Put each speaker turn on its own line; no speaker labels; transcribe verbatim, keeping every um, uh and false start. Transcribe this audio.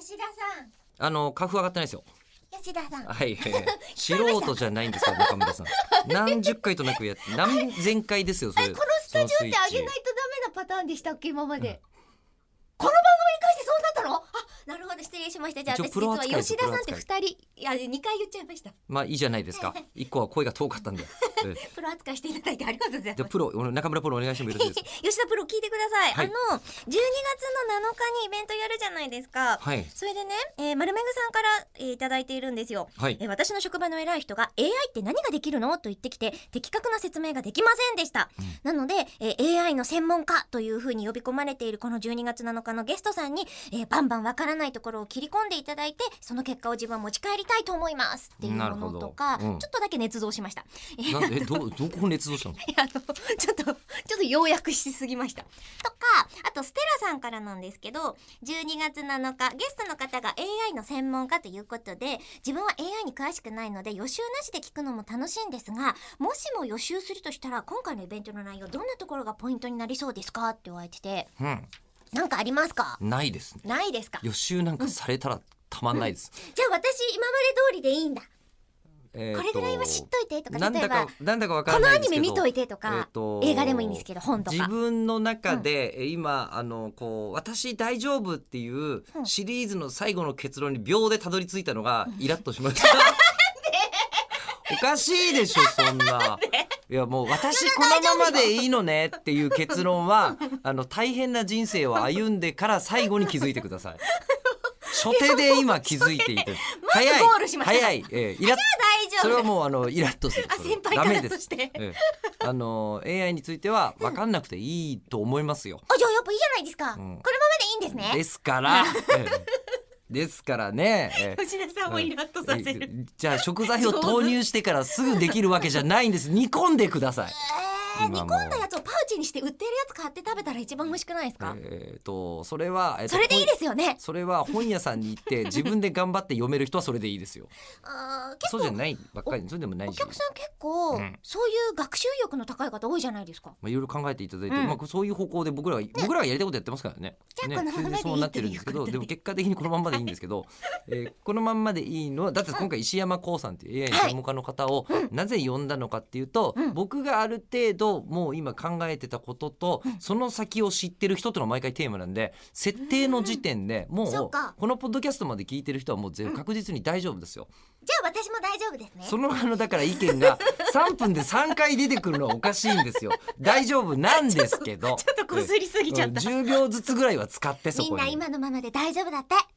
吉田さん、
あの花粉上がってないですよ。
吉田さん、
はい、えー、素人じゃないんですか中村さん。何十回となくやって何千回ですよそれ。
このスタジオって上げないとダメなパターンでしたっけ今まで、うん、この番組に関してそうなったの？あ、なるほど、失礼しました。じゃあ私実は吉田さんってふたり、いやにかい言っちゃいました。
まあいいじゃないですか。いっこは声が遠かったんで
プロ扱いしていただいてありがとうございます。
じゃあプロ、中村プロお願いしてもよろしいですか？
吉田プロ聞いてください、はい、あのじゅうにがつのなのかにイベントやるじゃないですか、はい、それでね、えー、丸めぐさんから、えー、いただいているんですよ、はい、えー、私の職場の偉い人が エーアイ って何ができるのと言ってきて的確な説明ができませんでした、うん、なので、えー、エーアイ の専門家というふうに呼び込まれているこのじゅうにがつなのかのゲストさんに、えー、バンバンわからないところを切り込んでいただいてその結果を自分は持ち帰りたいと思いますっていうものとか、うん、ちょっとだけ捏造しました。
なんでど, どこを捏造したの？
あのちょっとちょっと要約しすぎましたとか、あとステラさんからなんですけど、じゅうにがつなのかゲストの方が エーアイ の専門家ということで、自分は エーアイ に詳しくないので予習なしで聞くのも楽しいんですが、もしも予習するとしたら今回のイベントの内容どんなところがポイントになりそうですかって言われてて、うん、なんかありますか？
ないですね。
ないですか？
予習なんかされたらたまんないです、
うん、じゃあ私今まで通りでいいんだ、えー、これぐらいは知っといてとか、例えば
なんだかわからないですけど
このアニメ見といてとか、えー、と映画でもいいんですけど本とか
自分の中で、うん、今あのこう私大丈夫っていうシリーズの最後の結論に秒でたどり着いたのがイラッとしました、うん、おかしいでしょそんな。いやもう私このままでいいのねっていう結論はあの大変な人生を歩んでから最後に気づいてください。初手で今気づいていて早い早い、えー、イラッそれはもうあのイラッとする。
あ、先輩からとして、
えー、あの エーアイ については分かんなくていいと思いますよ。
あ、じゃあやっぱいいじゃないですか、うん、このままでいいんですね。
ですから、えー、ですからね、
えー、吉田さんをイラッとさせる、え
ー、じゃあ食材を投入してからすぐできるわけじゃないんです。煮込んでください。
煮込んだやつをパウチにして売ってるやつ買って食べたら一番美味しくないですか？
えー、とそれは、えー、と
それでいいですよね。
それは本屋さんに行って自分で頑張って読める人はそれでいいですよ。あ、結構そうじゃないばっかりそれでもないし、
お客さん結構、うん、そういう学習欲の高い方多いじゃないですか。
まあ、いろいろ考えていただいて、うん、まあ、そういう方向で僕らは、ね、僕らはやりたいことやってますからね。
じゃあこのままでいい、ね、
そうなってるんですけど、でも結果的にこのまんまでいいんですけど、えー、このまんまでいいのはだって今回石山光さんっていう エーアイ の専門家の方をなぜ呼んだのかっていうと、うん、僕がある程度もう今考えてたことと、うん、その先を知ってる人との毎回テーマなんで、設定の時点でもうこのポッドキャストまで聞いてる人はもう全部確実に大丈夫ですよ、
うん、じゃあ私も大丈夫ですね。
そのあのだから意見がさんぷんでさんかい出てくるのはおかしいんですよ。大丈夫なんですけど
ちょっとこすりすぎちゃった。
じゅうびょうずつぐらいは使ってそこに
みんな今のままで大丈夫だって。